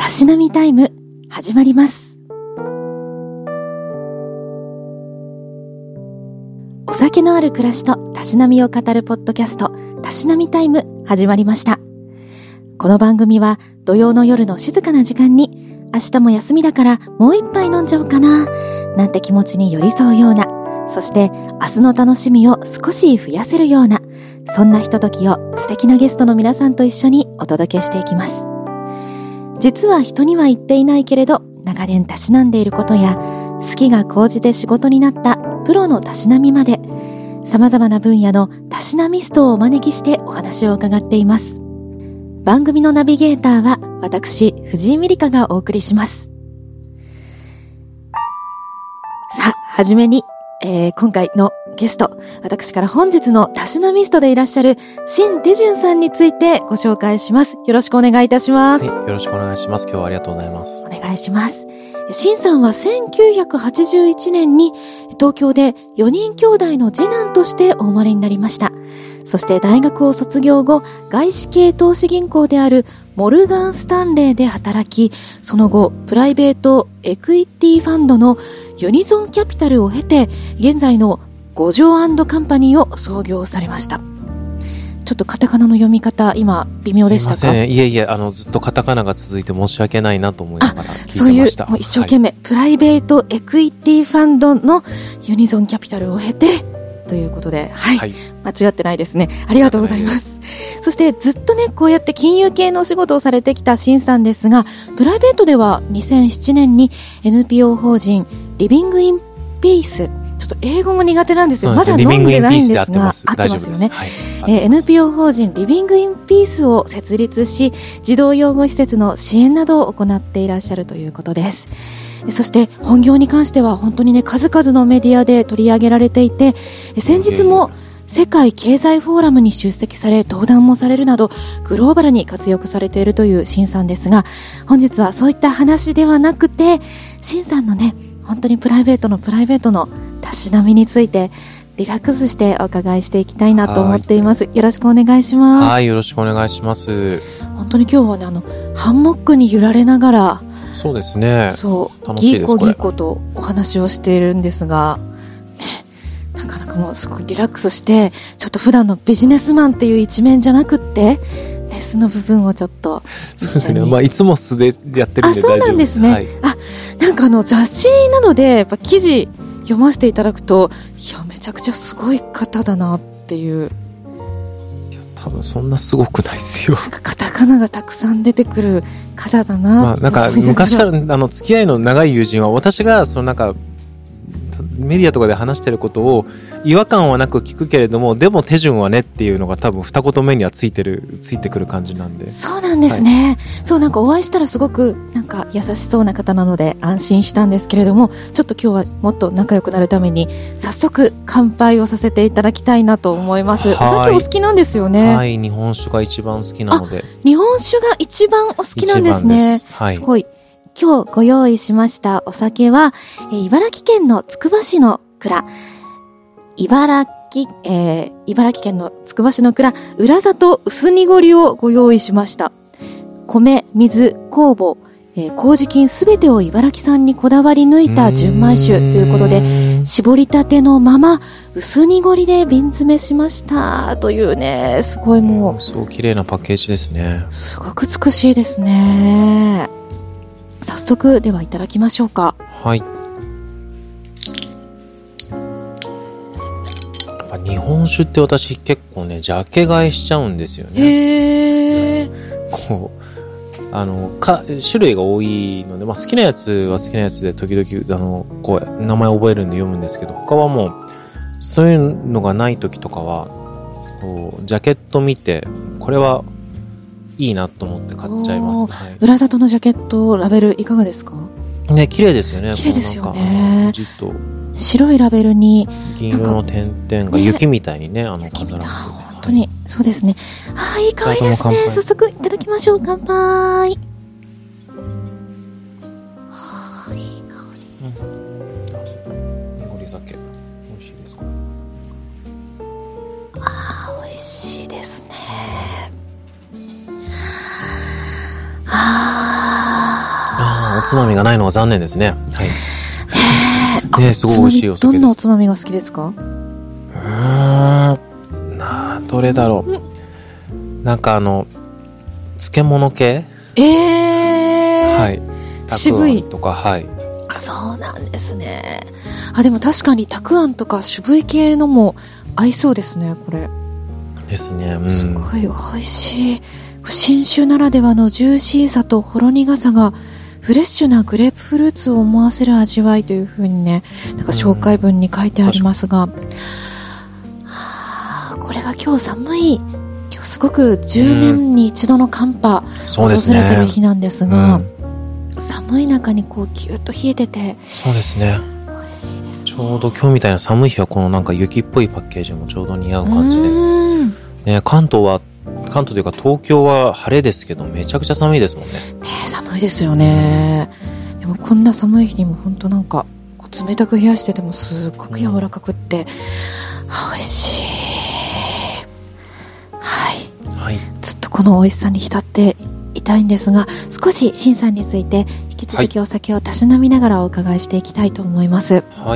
しなみタイム始まります。お酒のある暮らしとたしなみを語るポッドキャスト、たしなみタイム始まりました。この番組は土曜の夜の静かな時間に、明日も休みだからもう一杯飲んじゃおうかななんて気持ちに寄り添うような、そして明日の楽しみを少し増やせるような、そんなひとときを素敵なゲストの皆さんと一緒にお届けしていきます。実は人には言っていないけれど、長年たしなんでいることや、好きが高じて仕事になったプロのたしなみまで、様々な分野のたしなみストをお招きしてお話を伺っています。番組のナビゲーターは私、藤井美里香がお送りします。さあ、はじめに、今回のゲスト、私から本日のたしなみストでいらっしゃる辛手順さんについてご紹介します。よろしくお願いいたします。 はい、よろしくお願いします。今日はありがとうございます。 お願いします。辛さんは1981年に東京で4人兄弟の次男としてお生まれになりました。そして大学を卒業後、外資系投資銀行であるモルガン・スタンレーで働き、その後プライベートエクイティファンドのユニゾンキャピタルを経て、現在の五条&カンパニーを創業されました。ちょっとカタカナの読み方今微妙でしたか？ すいません。いえいえ、ずっとカタカナが続いて申し訳ないなと思いながら聞いてました。 そういうもう一生懸命、はい、プライベートエクイティファンドのユニゾンキャピタルを経てということで、はい、はい、間違ってないですね。ありがとうございます。そしてずっとね、こうやって金融系のお仕事をされてきた辛さんですが、プライベートでは2007年に NPO 法人リビングインピース、ちょっと英語も苦手なんですよ。まだ飲んでないんですが、合ってますよね。はい、NPO 法人リビングインピースを設立し、児童養護施設の支援などを行っていらっしゃるということです。そして本業に関しては本当にね、数々のメディアで取り上げられていて、先日も世界経済フォーラムに出席され、登壇もされるなどグローバルに活躍されているという辛さんですが、本日はそういった話ではなくて、辛さんのね、本当にプライベートのたしなみについてリラックスしてお伺いしていきたいなと思っています。よろしくお願いします。 はい、よろしくお願いします。 本当に今日はね、ハンモックに揺られながら、 そうですね、 そう楽しいです。 ギーコとお話をしているんですが、ね、なかなかもうすごいリラックスして、ちょっと普段のビジネスマンっていう一面じゃなくって、素の部分をちょっと一緒に。そうですね、まあ、いつも素でやってるんで大丈夫です。 そうなんですね。はい、なんか雑誌などでやっぱ記事読ませていただくと、いやめちゃくちゃすごい方だなっていう。 いや多分そんなすごくないですよ。 なんかカタカナがたくさん出てくる方だな。 まあ、なんか昔から付き合いの長い友人は、私がそのなんかメディアとかで話してることを違和感はなく聞くけれども、でも手順はねっていうのが多分二言目にはついてくる感じなんで。 そうなんですね。はい、そう、なんかお会いしたらすごくなんか優しそうな方なので安心したんですけれども、ちょっと今日はもっと仲良くなるために早速乾杯をさせていただきたいなと思います。お酒お好きなんですよね。 はい、日本酒が一番好きなので。 日本酒が一番お好きなんですね。はい、すごい。今日ご用意しましたお酒は、茨城県のつくば市の蔵、茨城県のつくば市の蔵、浦里薄濁りをご用意しました。米、水、酵母、麹菌すべてを茨城産にこだわり抜いた純米酒ということで、絞りたてのまま薄濁りで瓶詰めしましたというね、すごいもう、 すごい綺麗なパッケージですね。 すごく美しいですね。早速ではいただきましょうか。 はい。やっぱ日本酒って私結構ね、ジャケ買いしちゃうんですよね。 へー。 こう種類が多いので、まあ、好きなやつは好きなやつで時々こう名前覚えるんで読むんですけど、他はもうそういうのがない時とかはこうジャケット見て、これはいいなと思って買っちゃいます。はい、 裏里のジャケットラベルいかがですか？ ね、綺麗ですよね。 綺麗ですよね。 じっと白いラベルに銀色の点々が雪みたいにね、飾られてる。 本当にそうですね。いい香りですね。早速いただきましょう。乾杯。いい香り。濁り酒美味しいですか？ 美味しいですね。 おつまみがないのが残念ですね。はい。ね、すごい美味しいお酒です。 どんなおつまみが好きですか？ どれだろう。なんか漬物系？はい。 渋いとか、はい。 そうなんですね。でも確かにたくあんとか渋い系のも合いそうですね、これ。 ですね。 すごい美味しい。新酒ならではのジューシーさとほろ苦さがフレッシュなグレープフルーツを思わせる味わいという風にね、なんか紹介文に書いてありますが、これが今日寒い、今日すごく10年に一度の寒波訪れてる日なんですが、寒い中にこうギュッと冷えてて、 そうですね、 美味しいですね。 ちょうど今日みたいな寒い日はこのなんか雪っぽいパッケージもちょうど似合う感じで、ね、関東というか東京は晴れですけどめちゃくちゃ寒いですもんね。 寒いですよね。でもこんな寒い日にも本当なんかこう冷たく冷やしててもすっごく柔らかくって、美味しい。はい、ずっとこの美味しさに浸っていたいんですが、少し辛さんについて引き続きお酒をたしなみながらお伺いしていきたいと思います。 はい。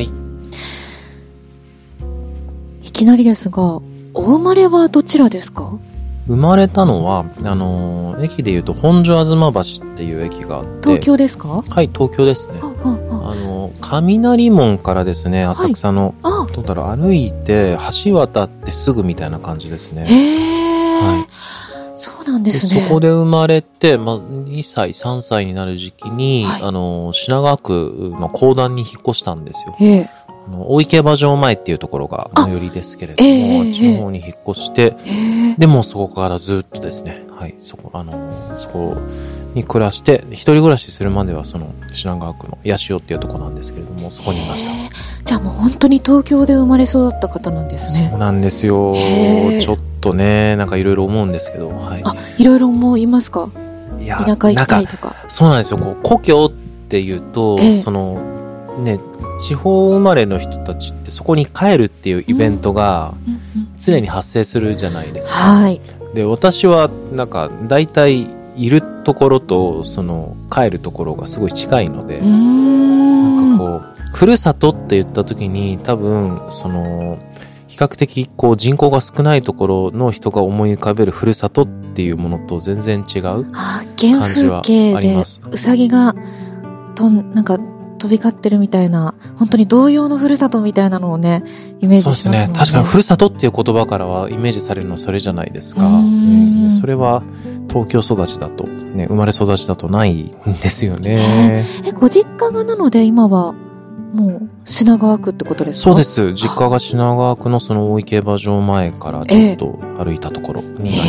いきなりですが、お生まれはどちらですか？ 生まれたのは駅でいうと本所吾妻橋っていう駅があって。 東京ですか？ はい、東京ですね。雷門からですね、浅草の、どうだろう、歩いて橋渡ってすぐみたいな感じですね。 はい、そうなんですね。 そこで生まれて、2歳3歳になる時期に、品川区の公団に引っ越したんですよ。大井競馬場前っていうところが最寄りですけれども、あっちの方に引っ越して、でもそこからずっとですね、はい、そこに暮らして、一人暮らしするまではその品川区の八潮っていうところなんですけれども、そこにいました。 じゃあもう本当に東京で生まれ育った方なんですね。 そうなんですよ。ちょっとね、なんかいろいろ思うんですけど、はい。 いろいろ思いますか？田舎行きたいとか。 そうなんですよ。故郷っていうと、そのね、地方生まれの人たちってそこに帰るっていうイベントが常に発生するじゃないですか。 はい。 で、私はなんか大体いるところとその帰るところがすごい近いので、なんかこうふるさとって言った時に多分その比較的こう人口が少ないところの人が思い浮かべるふるさとっていうものと全然違う感じはあります。 うさぎがなんか飛び交ってるみたいな、本当に童謡のふるさとみたいなのをね、イメージしますもんね。 そうですね。確かにふるさとっていう言葉からはイメージされるのそれじゃないですか。それは東京育ちだと、ね、生まれ育ちだとないんですよね。 ご実家がなので今はもう品川区ってことですか？ そうです。実家が品川区のその大井競馬場前からちょっと歩いたところになります。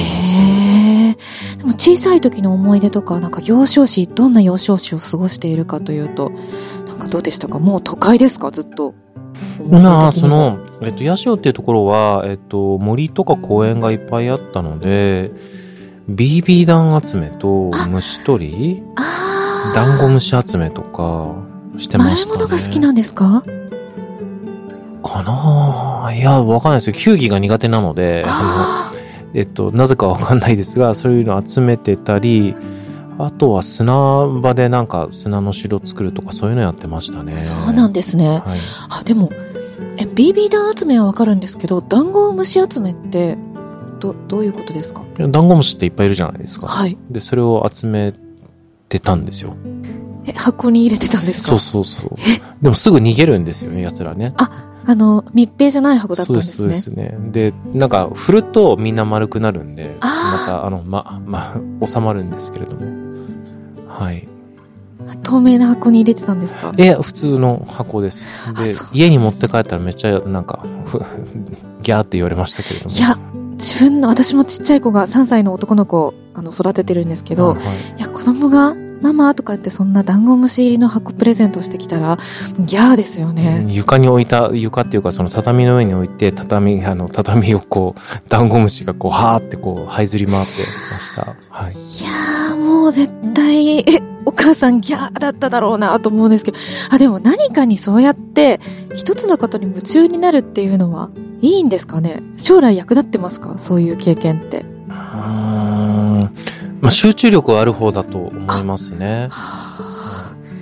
でも小さい時の思い出とか、なんか幼少期、どんな幼少期を過ごしているかというと、なんかどうでしたか？もう都会ですか？ずっと。 八潮っていうところは、森とか公園がいっぱいあったので、BB 弾集めと虫取り、ダンゴムシ集めとかしてましたね。 丸いものが好きなんですか？ かなぁ。いや、わかんないですよ。球技が苦手なので、なぜかわかんないですが、そういうの集めてたり、あとは砂場でなんか砂の城作るとかそういうのやってましたね。 そうなんですね。はい、でもBB 弾集めはわかるんですけど、ダンゴムシ集めってどういうことですか？ ダンゴムシっていっぱいいるじゃないですか。 はい。でそれを集めてたんですよ。 箱に入れてたんですか？ そう。でもすぐ逃げるんですよね、奴らね。 密閉じゃない箱だったんですね。 そうですね。で、なんか振るとみんな丸くなるんで、また収まるんですけれども。はい。 透明な箱に入れてたんですか？ 普通の箱です。で、家に持って帰ったらめっちゃなんかギャーって言われましたけれども。 いや、私もちっちゃい子が3歳の男の子を育ててるんですけど、いや、子供がママとか言ってそんなダンゴムシ入りの箱プレゼントしてきたらギャーですよね。 床っていうかその畳の上に置いて畳をこうダンゴムシがこうはーってこう這いずり回ってました。はい。いやー、もう絶対お母さんギャーだっただろうなと思うんですけど、でも何かにそうやって一つのことに夢中になるっていうのはいいんですかね？将来役立ってますか？そういう経験って。 集中力はある方だと思いますね。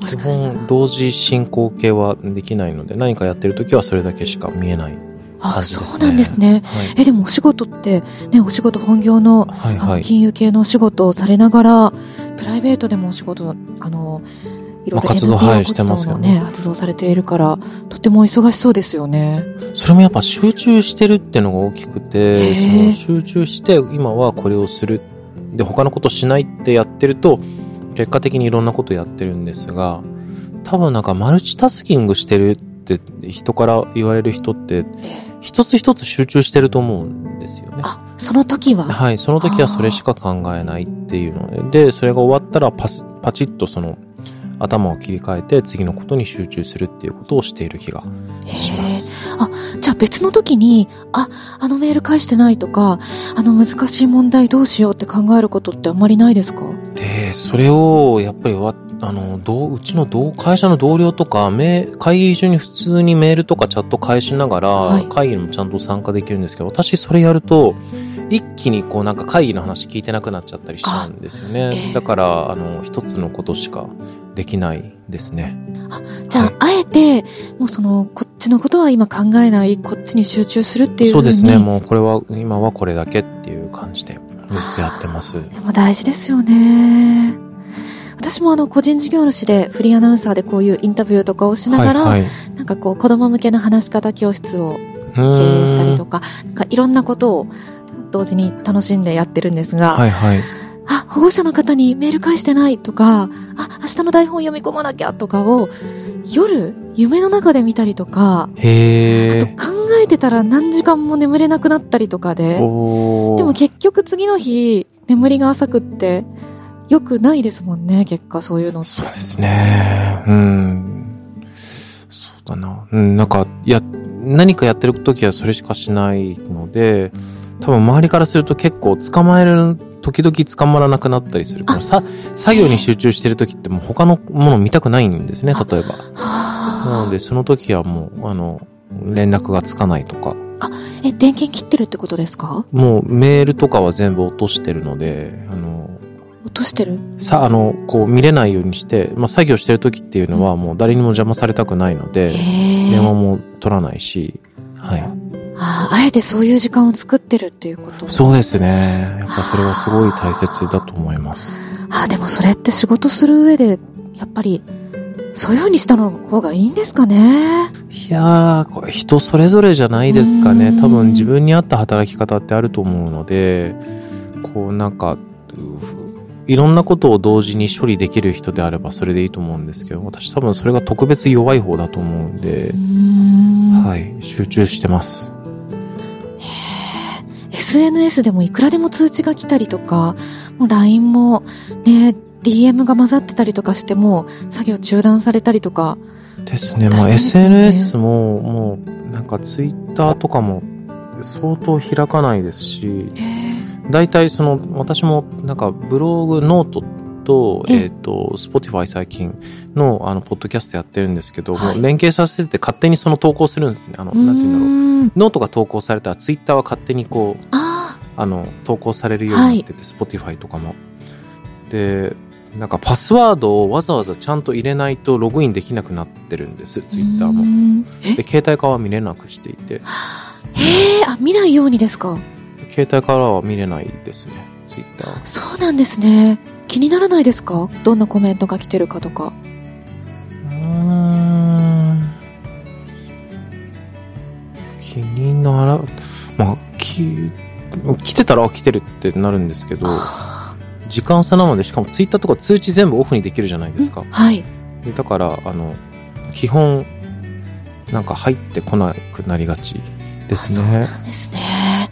基本同時進行形はできないので、何かやってるときはそれだけしか見えない感じですね。 そうなんですね。はい、でもお仕事って、ね、お仕事本業の、はいはい、金融系のお仕事をされながら、プライベートでもお仕事、いろいろ NPO 活動のね、活動されているから、とても忙しそうですよね。 それもやっぱ集中してるっていうのが大きくて、その集中して今はこれをする。で、他のことしないってやってると、結果的にいろんなことやってるんですが、多分なんかマルチタスキングしてるって人から言われる人って、一つ一つ集中してると思うんですよね。 あ、その時は？ はい、その時はそれしか考えないっていうので、それが終わったらパチッとその頭を切り替えて次のことに集中するっていうことをしている気がします。 じゃあ別の時に、あのメール返してないとか、難しい問題どうしようって考えることってあんまりないですか？ で、それをやっぱりうちの会社の同僚とか、会議中に普通にメールとかチャット返しながら、はい、会議にもちゃんと参加できるんですけど、私それやると、一気にこうなんか会議の話聞いてなくなっちゃったりしちゃうんですよね。だから、一つのことしかできないですね。 じゃあ、はい、あえて、もうこっちのことは今考えない、こっちに集中するっていう風に。 そうですね。もうこれは、今はこれだけっていう感じでやってます。 でも大事ですよね。私も個人事業主でフリーアナウンサーでこういうインタビューとかをしながら、はいはい、なんかこう子供向けの話し方教室を経営したりとか、なんかいろんなことを同時に楽しんでやってるんですが、はいはい、保護者の方にメール返してないとか、明日の台本読み込まなきゃとかを夜夢の中で見たりとか、あと考えてたら何時間も眠れなくなったりとかで、でも結局次の日眠りが浅くってよくないですもんね、結果そういうのって。 そうですね。そうだな。なんか何かやってる時はそれしかしないので、多分周りからすると結構時々捕まらなくなったりする。作業に集中してる時ってもう他のもの見たくないんですね、例えば。なのでその時はもう連絡がつかないとか。 電源切ってるってことですか？ もうメールとかは全部落としてるので、 落としてる？ こう見れないようにして、作業してる時っていうのはもう誰にも邪魔されたくないので、電話も取らないし、はい。 あえてそういう時間を作ってるっていうこと？ そうですね。やっぱそれはすごい大切だと思います。 でもそれって仕事する上で、やっぱり、そういう風にしたの方がいいんですかね？ いやー、これ人それぞれじゃないですかね。多分自分に合った働き方ってあると思うので、こうなんか、いろんなことを同時に処理できる人であればそれでいいと思うんですけど、私多分それが特別弱い方だと思うんで、はい、集中してます。 SNS でもいくらでも通知が来たりとか、もう LINE もね、DM が混ざってたりとかしても作業中断されたりとかですね。SNS ももうなんか Twitter とかも相当開かないですし、大体私もなんかブログノートとSpotify 最近のポッドキャストやってるんですけど、もう連携させて勝手に投稿するんですね。なんていうんだろう。ノートが投稿されたら Twitter は勝手にこう投稿されるようになってて、Spotify とかも。で、なんかパスワードをわざわざちゃんと入れないとログインできなくなってるんです、Twitter も。で、携帯からは見れなくしていて。 見ないようにですか？ 携帯からは見れないですね、Twitter。 そうなんですね。気にならないですか？どんなコメントが来てるかとか。 気になら、来てたら来てるってなるんですけど、時間差なので、しかもツイッターとか通知全部オフにできるじゃないですか。 はい。 でだから基本なんか入ってこなくなりがちですね。 そうなんですね。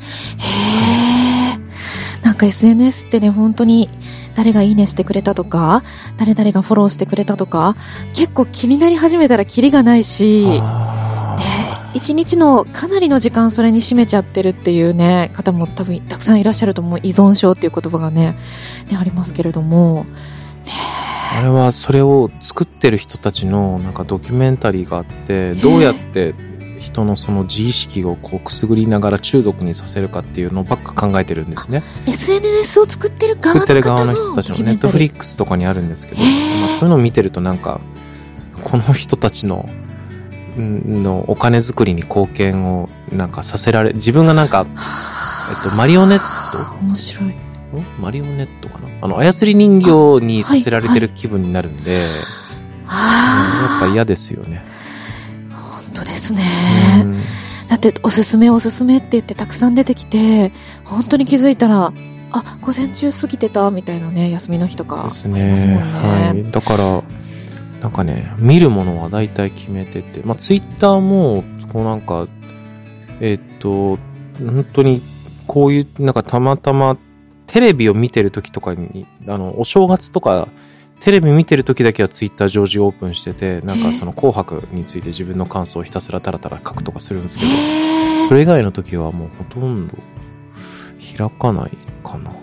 なんか SNS ってね、本当に誰がいいねしてくれたとか、誰々がフォローしてくれたとか、結構気になり始めたらキリがないし、一日のかなりの時間それに占めちゃってるっていうね方も多分たくさんいらっしゃると思う。依存症っていう言葉がねありますけれども、 あれはそれを作ってる人たちのなんかドキュメンタリーがあって、どうやって人のその自意識をこうくすぐりながら中毒にさせるかっていうのばっか考えてるんですね。 SNS を作ってる側の人たちのネットフリックスとかにあるんですけど、まあ、そういうのを見てるとなんかこの人たちのお金作りに貢献をなんかさせられ、自分がなんか、マリオネット、 面白い、 マリオネットかな、操り人形にさせられてる気分になるんで、やっぱ嫌ですよね。 本当ですね。だっておすすめって言ってたくさん出てきて、本当に気づいたら午前中過ぎてたみたいなね、休みの日とかですね。はい、だからなんかね、見るものは大体決めてて、まあツイッターもこうなんか本当にこういうなんかたまたまテレビを見てる時とかにお正月とかテレビ見てる時だけはツイッター常時オープンしてて、なんかその紅白について自分の感想をひたすらタラタラ書くとかするんですけど、それ以外の時はもうほとんど開かないかな。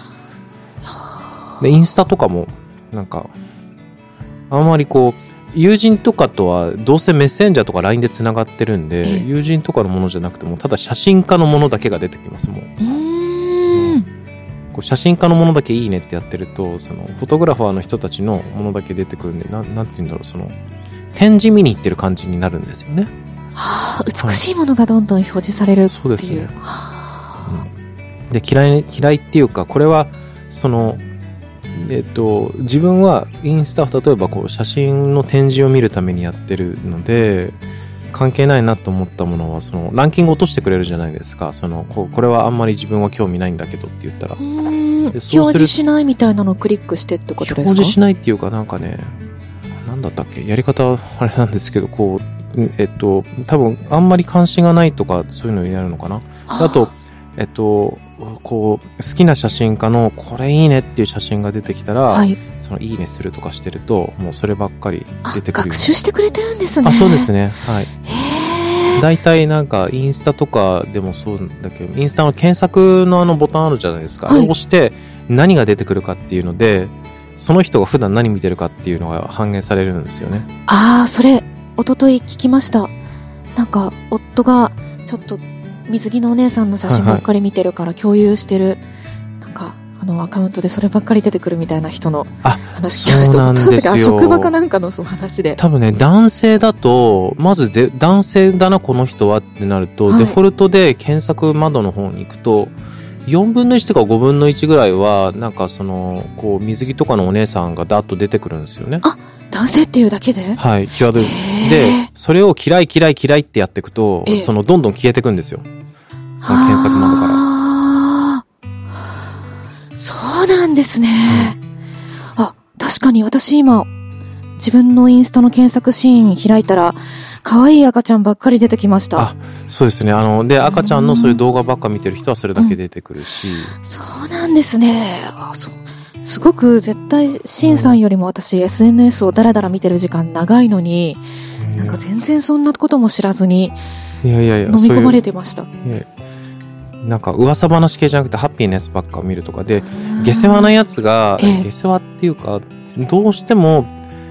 でインスタとかもなんかあんまりこう友人とかとはどうせメッセンジャーとか LINE でつながってるんで、友人とかのものじゃなくてもただ写真家のものだけが出てきますもん。写真家のものだけいいねってやってると、そのフォトグラファーの人たちのものだけ出てくるんで、なんて言うんだろう、その展示見に行ってる感じになるんですよね。 美しいものがどんどん表示されるっていう。 そうですね。で嫌いっていうか、これはその自分はインスタを例えばこう写真の展示を見るためにやってるので、関係ないなと思ったものはそのランキング落としてくれるじゃないですか。そのこれはあんまり自分は興味ないんだけどって言ったら、 表示しないみたいなのをクリックしてってことですか？ 表示しないっていうか、なんかね、なんだったっけ、やり方はあれなんですけど、こう多分あんまり関心がないとかそういうのになるのかな。あとこう好きな写真家のこれいいねっていう写真が出てきたら、そのいいねするとかしてるともうそればっかり出てくる。 学習してくれてるんですね。 そうですね。はい。だいたいなんかインスタとかでもそうだけど、インスタの検索のボタンあるじゃないですか。あれを押して何が出てくるかっていうので、その人が普段何見てるかっていうのが反映されるんですよね。 それ一昨日聞きました。なんか夫がちょっと水着のお姉さんの写真ばっかり見てるから共有してる、なんかアカウントでそればっかり出てくるみたいな人の話聞きました。そうなんですよ。職場かなんかのその話で、 多分ね、男性だとまず男性だなこの人はってなると、デフォルトで検索窓の方に行くと4分の1とか5分の1ぐらいはなんかそのこう水着とかのお姉さんがダッと出てくるんですよね。 男性っていうだけで、 はい、キーワードで、それを嫌いってやっていくと、そのどんどん消えていくんですよ、その検索窓から。 そうなんですね。確かに私今自分のインスタの検索シーン開いたら可愛い赤ちゃんばっかり出てきました。 そうですね。で赤ちゃんのそういう動画ばっか見てる人はそれだけ出てくるし、 そうなんですね。すごく絶対シンさんよりも私 SNS をだらだら見てる時間長いのに、なんか全然そんなことも知らずに飲み込まれてました。 なんか噂話系じゃなくてハッピーなやつばっか見るとかで、下世話なやつが、下世話っていうかどうしても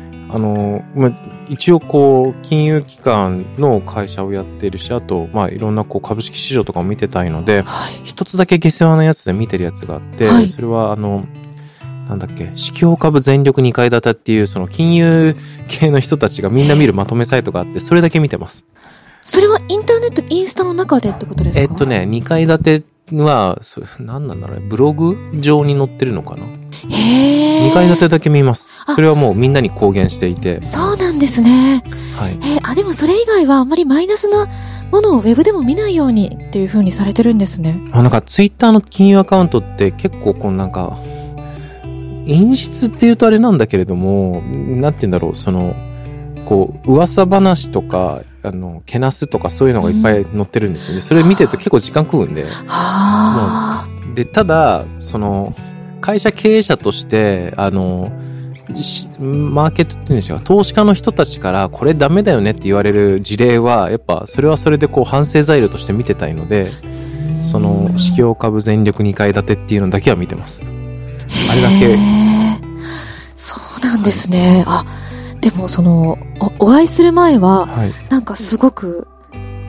一応こう金融機関の会社をやってるし、あといろんなこう株式市場とかも見てたいので、一つだけ下世話なやつで見てるやつがあって、それはなんだっけ、指標株全力2階建てっていうその金融系の人たちがみんな見るまとめサイトがあって、それだけ見てます。それはインターネット、インスタの中でってことですか ？2階建ては何なんだろうね、ブログ上に載ってるのかな。2階建てだけ見ます。それはもうみんなに公言していて。 そうなんですね。でもそれ以外はあんまりマイナスなものをウェブでも見ないようにっていう風にされてるんですね。 なんかツイッターの金融アカウントって結構こうなんか陰湿っていうとあれなんだけれども、なんて言うんだろう、そのこう噂話とかけなすとかそういうのがいっぱい載ってるんですよね。それ見てると結構時間食うんで。でただその会社経営者としてマーケットっていうんでしょうか、投資家の人たちからこれダメだよねって言われる事例はやっぱそれはそれでこう反省材料として見てたいので、その指標株全力2階建てっていうのだけは見てます。あれだけ。 そうなんですね。でもそのお会いする前は、なんかすごく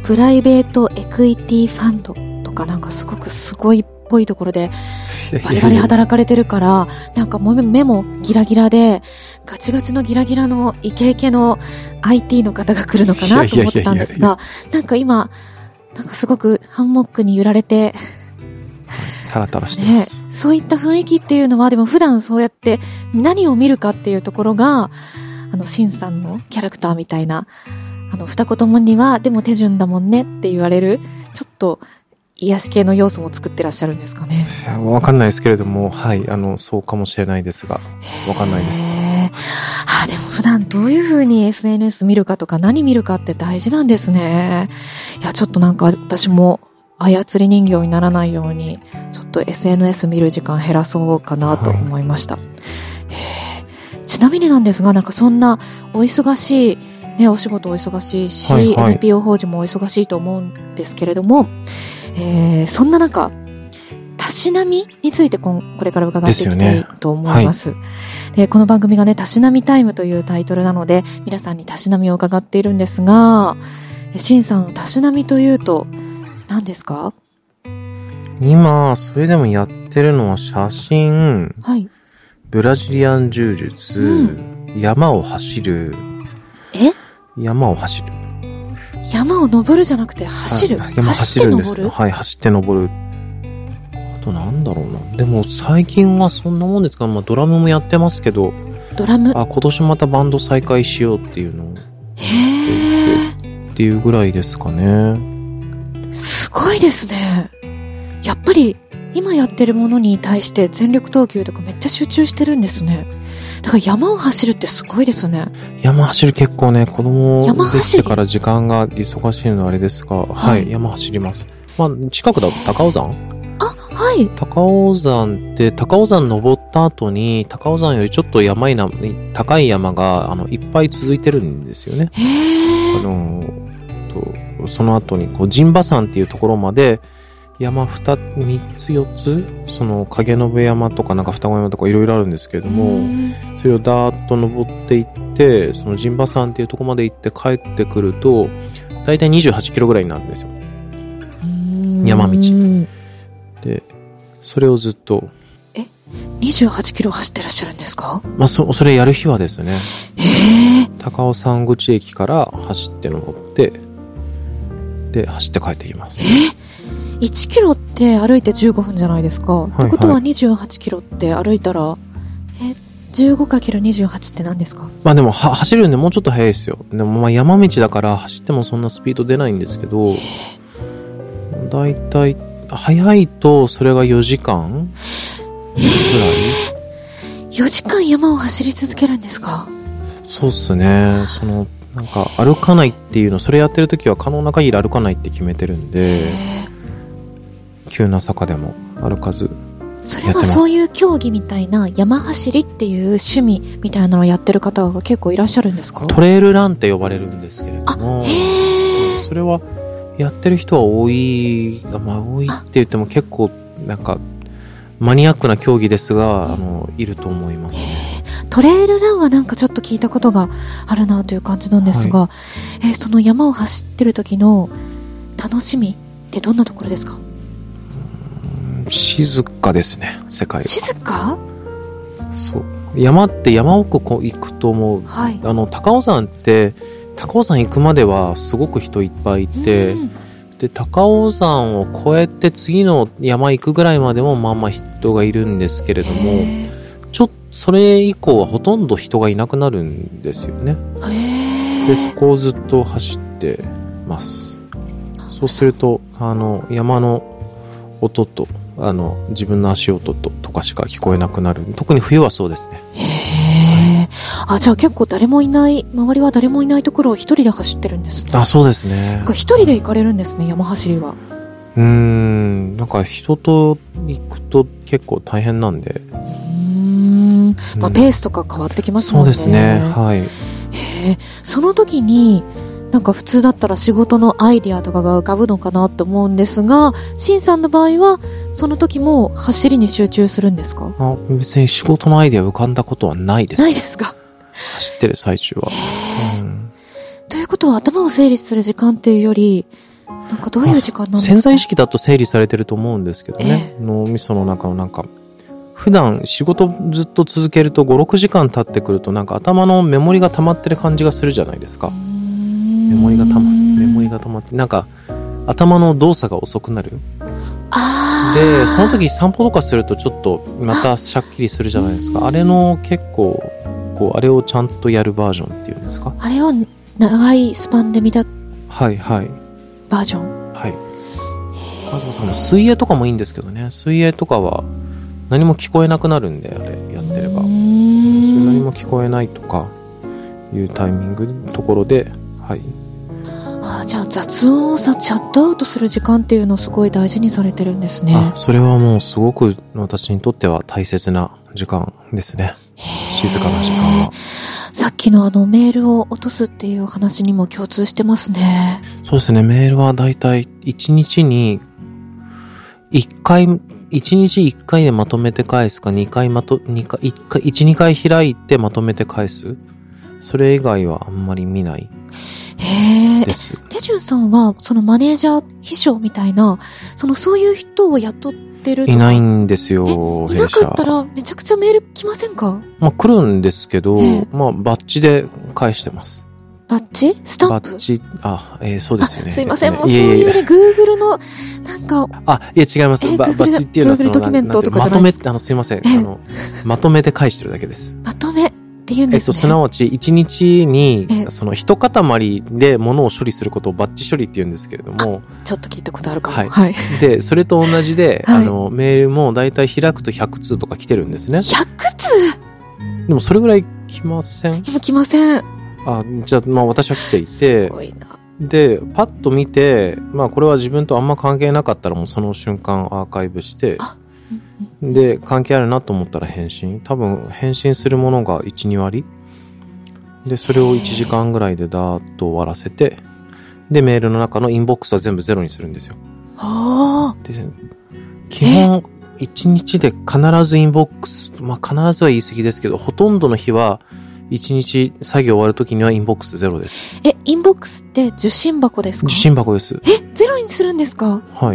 プライベートエクイティファンドとかなんかすごくすごいっぽいところでバリバリ働かれてるから、なんかもう目もギラギラで、ガチガチのギラギラのイケイケの IT の方が来るのかなと思ってたんですが、なんか今、なんかすごくハンモックに揺られて、 タラタラしてます、 ね。そういった雰囲気っていうのは、でも普段そうやって何を見るかっていうところが、シンさんのキャラクターみたいな、二言もには、でも手順だもんねって言われる、ちょっと癒し系の要素も作ってらっしゃるんですかね。 わかんないですけれども、はい、そうかもしれないですが、わかんないです。 でも普段どういう風に SNS 見るかとか何見るかって大事なんですね。いや、ちょっとなんか私も操り人形にならないように、ちょっと SNS 見る時間減らそうかなと思いました。はい、ちなみになんですが、なんかそんなお忙しい、ね、お仕事お忙しいし、はいはい、NPO 法人もお忙しいと思うんですけれども、そんな中、たしなみについてこれから伺っていきたいと思います。で、この番組がね、たしなみタイムというタイトルなので、皆さんにたしなみを伺っているんですが、しんさんのたしなみというと何ですか？ 今、それでもやってるのは写真、 はい、 ブラジリアン柔術、山を走る。山を走る。 山を登るじゃなくて走る。 走って登る。はい、走って登る。あとなんだろうな。でも最近はそんなもんですか。まあドラムもやってますけど。 ドラム。 今年またバンド再開しようっていうのを。っていうぐらいですかね。 すごいですね。やっぱり今やってるものに対して全力投球とかめっちゃ集中してるんですね。だから山を走るってすごいですね。 山走る結構ね、子供できてから時間が忙しいのはあれですが、はい、山走ります。まあ、近くだと高尾山？ はい。 高尾山って、高尾山登った後に、高尾山よりちょっと高い山が、いっぱい続いてるんですよね。その後に、陣馬山っていうところまで、山3つ4つその影延山とかなんか双子山とかいろいろあるんですけれども、それをダーッと登っていってその陣馬山っていうところまで行って帰ってくるとだいたい28キロぐらいになるんですよ、山道で。それをずっと 28キロ走ってらっしゃるんですか？ まあそれやる日はですね、高尾山口駅から走って登ってで走って帰ってきます。 1キロって歩いて15分じゃないですか。ってことは28キロって歩いたら、15×28 って何ですか？ まあでも走るんでもうちょっと早いですよ。でもまあ山道だから走ってもそんなスピード出ないんですけど、だいたい早いとそれが4時間ぐらい。 4時間山を走り続けるんですか？ そうっすね。なんか歩かないっていうの、それやってる時は可能な限り歩かないって決めてるんで、急な坂でも歩かずやってます。 それはそういう競技みたいな山走りっていう趣味みたいなのをやってる方が結構いらっしゃるんですか？ トレイルランって呼ばれるんですけれども、それはやってる人は多いって言っても結構なんかマニアックな競技ですがいると思いますね。 トレイルランはなんかちょっと聞いたことがあるなという感じなんですが、その山を走ってる時の楽しみってどんなところですか？ 静かですね、世界は。 静か？ そう。山って山奥行くと思う。はい、高尾山って高尾山行くまではすごく人いっぱいいて、で高尾山を越えて次の山行くぐらいまでもまあまあ人がいるんですけれども、それ以降はほとんど人がいなくなるんですよね。でそこをずっと走ってます。そうすると山の音と自分の足音とかしか聞こえなくなる。特に冬はそうですね。 じゃあ結構周りは誰もいないところを一人で走ってるんですね。 そうですね。 一人で行かれるんですね、山走りは。 なんか人と行くと結構大変なんで。 ペースとか変わってきますもんね。 そうですね。はい。 その時になんか普通だったら仕事のアイディアとかが浮かぶのかなと思うんですが、シンさんの場合はその時も走りに集中するんですか？ 別に仕事のアイディア浮かんだことはないです。 ないですか？ 走ってる最中は。 ということは頭を整理する時間っていうよりなんかどういう時間なんですか？ 潜在意識だと整理されてると思うんですけどね、脳みその中のなんか普段仕事ずっと続けると 5,6 時間経ってくるとなんか頭のメモリが溜まってる感じがするじゃないですか。メモリが溜まってなんか頭の動作が遅くなる。でその時散歩とかするとちょっとまたシャッキリするじゃないですか。あれの結構こうあれをちゃんとやるバージョンっていうんですか。 あれを長いスパンで見たはいはいバージョン。 はい。水泳とかもいいんですけどね。水泳とかは何も聞こえなくなるんで、あれやってれば。何も聞こえないとかいうタイミングのところで、はい。 じゃあ雑音をシャットアウトする時間っていうのをすごい大事にされてるんですね。 それはもうすごく私にとっては大切な時間ですね。静かな時間は。 さっきのメールを落とすっていう話にも共通してますね。 そうですね。メールはだいたい1日に1日1回でまとめて返すか、1、2回開いてまとめて返す。それ以外はあんまり見ないです。 手順さんは、そのマネージャー、秘書みたいな、そういう人を雇ってるとか。 いないんですよ、 いなかったらめちゃくちゃメール来ませんか？ 来るんですけど、バッジで返してます。 バッジ？スタンプ？ バッジ、そうですよね。 すいません、もうそういうね、Google の、なんか。 いや違います。バッジっていうのは Google ドキュメントとかじゃないですか。 すいません。まとめて返してるだけです。 まとめって言うんですね。 すなわち、1日に、一塊で物を処理することをバッジ処理って言うんですけれども。 ちょっと聞いたことあるかも。 はい。で、それと同じで、メールもだいたい開くと100通とか来てるんですね。 100通？ でもそれぐらい来ません？ 来ません。 じゃあ、私は来ていて、 すごいな。 で、パッと見て、これは自分とあんま関係なかったらもうその瞬間アーカイブして、で、関係あるなと思ったら返信。多分、返信するものが1、2割。で、それを1時間ぐらいでダーッと終わらせて、で、メールの中のインボックスは全部ゼロにするんですよ。で、基本、1日で必ずインボックス、必ずは言い過ぎですけど、ほとんどの日は、1日作業終わるときにはインボックスゼロです。 インボックスって受信箱ですか？ 受信箱です。 ゼロにするんですか？ はい。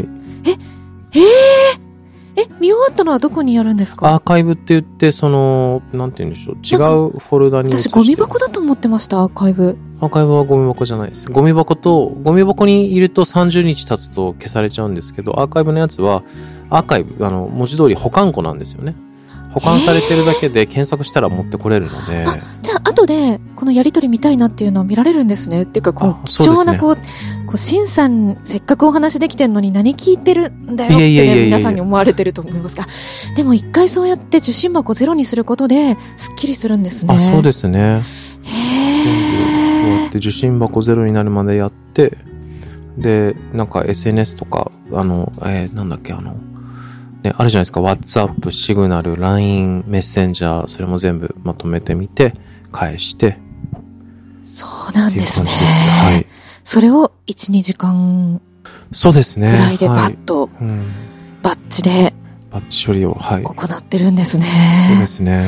見終わったのはどこにやるんですか？ アーカイブって言って、なんて言うんでしょう。違うフォルダに移して。 私ゴミ箱だと思ってました、アーカイブ。 アーカイブはゴミ箱じゃないです。ゴミ箱にいると30日経つと消されちゃうんですけど、アーカイブのやつは、アーカイブ、文字通り保管庫なんですよね。保管されてるだけで検索したら持ってこれるので。 じゃあ後でこのやり取り見たいなっていうのは見られるんですね。っていうか貴重なシンさんせっかくお話できてんのに何聞いてるんだよってね、皆さんに思われてると思いますが、でも一回そうやって受信箱ゼロにすることでスッキリするんですね。 そうですね。こうやって受信箱ゼロになるまでやって、でなんか SNS とかなんだっけあるじゃないですか。WhatsApp、シグナル、LINE、メッセンジャー、それも全部まとめてみて、返して。 そうなんですね。 はい。 それを1、2時間そうですね。 ぐらいでバッと、バッチで、 バッチ処理を、 行ってるんですね。 そうですね。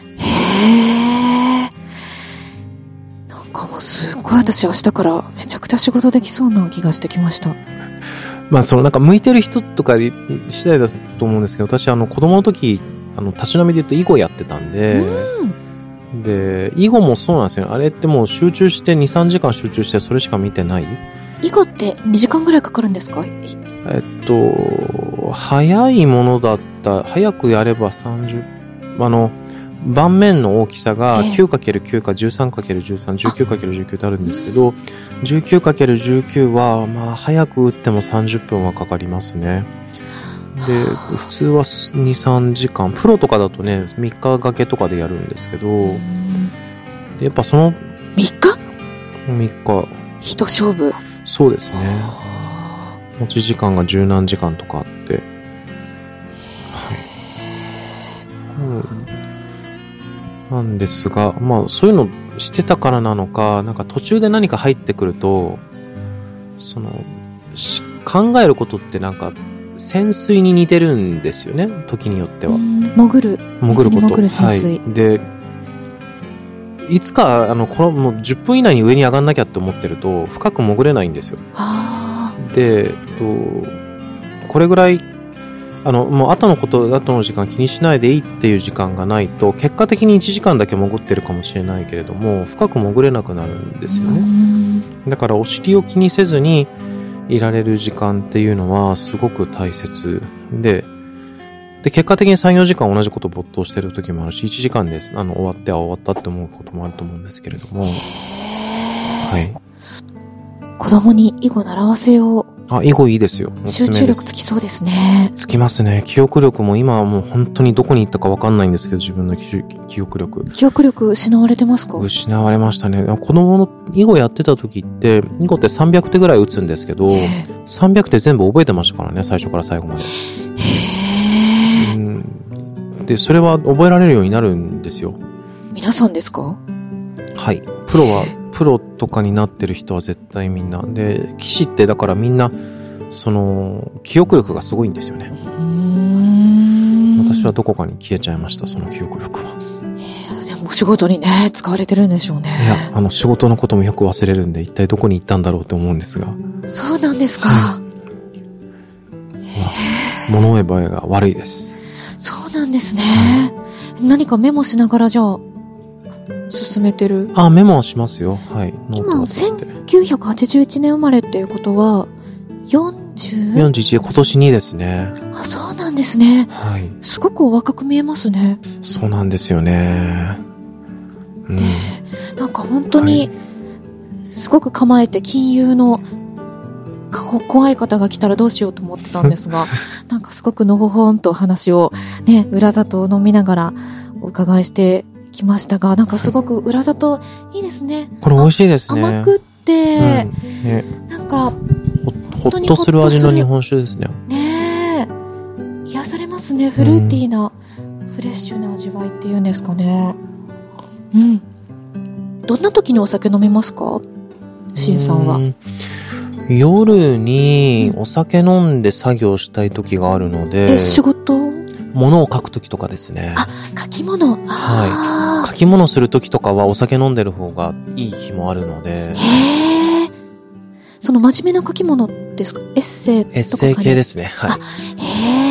なんかもうすごい私明日からめちゃくちゃ仕事できそうな気がしてきました。 なんか向いてる人とか次第だと思うんですけど、私子供の時たしなみで言うと囲碁やってたんで、で囲碁もそうなんですよね。あれってもう集中して 2,3 時間集中してそれしか見てない。 囲碁って2時間ぐらいかかるんですか？ 早いものだった早くやれば30盤面の大きさが 9×9 か 13×13、19×19 ってあるんですけど、19×19 は早く打っても30分はかかりますね。で、普通は 2,3 時間。プロとかだとね、3日掛けとかでやるんですけど、やっぱその 3日一勝負。 そうですね。持ち時間が十何時間とかあって、なんですが、そういうのしてたからなのか、なんか途中で何か入ってくると、考えることってなんか潜水に似てるんですよね、時によっては。 潜ること。潜水。 で、いつかもう10分以内に上に上がんなきゃって思ってると深く潜れないんですよ。 で、これぐらいもう後の時間気にしないでいいっていう時間がないと、結果的に1時間だけ潜ってるかもしれないけれども、深く潜れなくなるんですよね。だからお尻を気にせずにいられる時間っていうのはすごく大切で、結果的に 3,4 時間同じこと没頭してる時もあるし、1時間で終わったって思うこともあると思うんですけれども。はい。 子供に囲碁習わせよう。 囲碁いいですよ。 集中力つきそうですね。 つきますね。記憶力も今はもう本当にどこに行ったか分かんないんですけど、自分の記憶力。 記憶力失われてますか？ 失われましたね。子供の囲碁やってた時って、囲碁って300手ぐらい打つんですけど、300手全部覚えてましたからね、最初から最後まで。で、それは覚えられるようになるんですよ。 皆さんですか？ はい。プロとかになってる人は絶対みんな。で、棋士ってだからみんな、記憶力がすごいんですよね。私はどこかに消えちゃいました、その記憶力は。 でもお仕事にね、使われてるんでしょうね。 いや、仕事のこともよく忘れるんで、一体どこに行ったんだろうと思うんですが。 そうなんですか。 物覚えが悪いです。 そうなんですね。何かメモしながらじゃあ、進めてる？ メモはしますよ。はい。 今、1981年生まれっていうことは、41、 今年2ですね。 そうなんですね。 はい。 すごくお若く見えますね。 そうなんですよね。 なんか本当に、すごく構えて金融の怖い方が来たらどうしようと思ってたんですが、なんかすごくのほほんと話をね、裏里を飲みながらお伺いしてきましたが、なんかすごく裏里いいですね。 これ美味しいですね。 甘くって、なんかほっとする味の日本酒ですね。 ねえ、癒されますね。フルーティーな、フレッシュな味わいっていうんですかね。どんな時にお酒飲みますか？シンさんは。 夜にお酒飲んで作業したい時があるので。 仕事？ 物を書く時とかですね。 書き物。 はい。書き物する時とかはお酒飲んでる方がいい日もあるので。 その真面目な書き物ですか？エッセイとか？エッセイ系ですね。はい。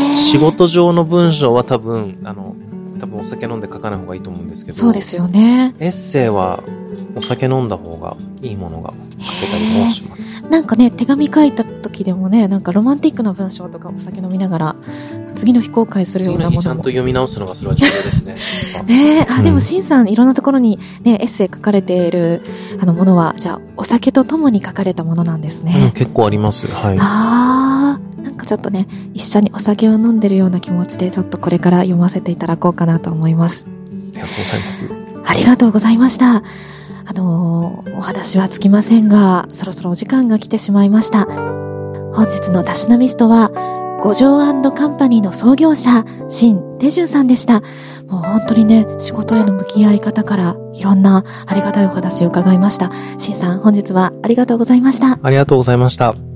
仕事上の文章は多分お酒飲んで書かない方がいいと思うんですけど。 そうですよね。 エッセイはお酒飲んだ方がいいものが書けたりもします。 なんかね、手紙書いた時でもね、なんかロマンティックな文章とかお酒飲みながら次の日後悔するようなものも。 次の日ちゃんと読み直すのがそれは重要ですね。 でもシンさんいろんなところにね、エッセイ書かれているものは、じゃあお酒とともに書かれたものなんですね。 結構あります。はい。 なんかちょっとね、一緒にお酒を飲んでるような気持ちで、ちょっとこれから読ませていただこうかなと思います。 ありがとうございます。 ありがとうございました。お話はつきませんが、そろそろお時間が来てしまいました。本日のたしなミストは、五条&カンパニーの創業者、新手順さんでした。もう本当にね、仕事への向き合い方からいろんなありがたいお話を伺いました。新さん、本日はありがとうございました。 ありがとうございました。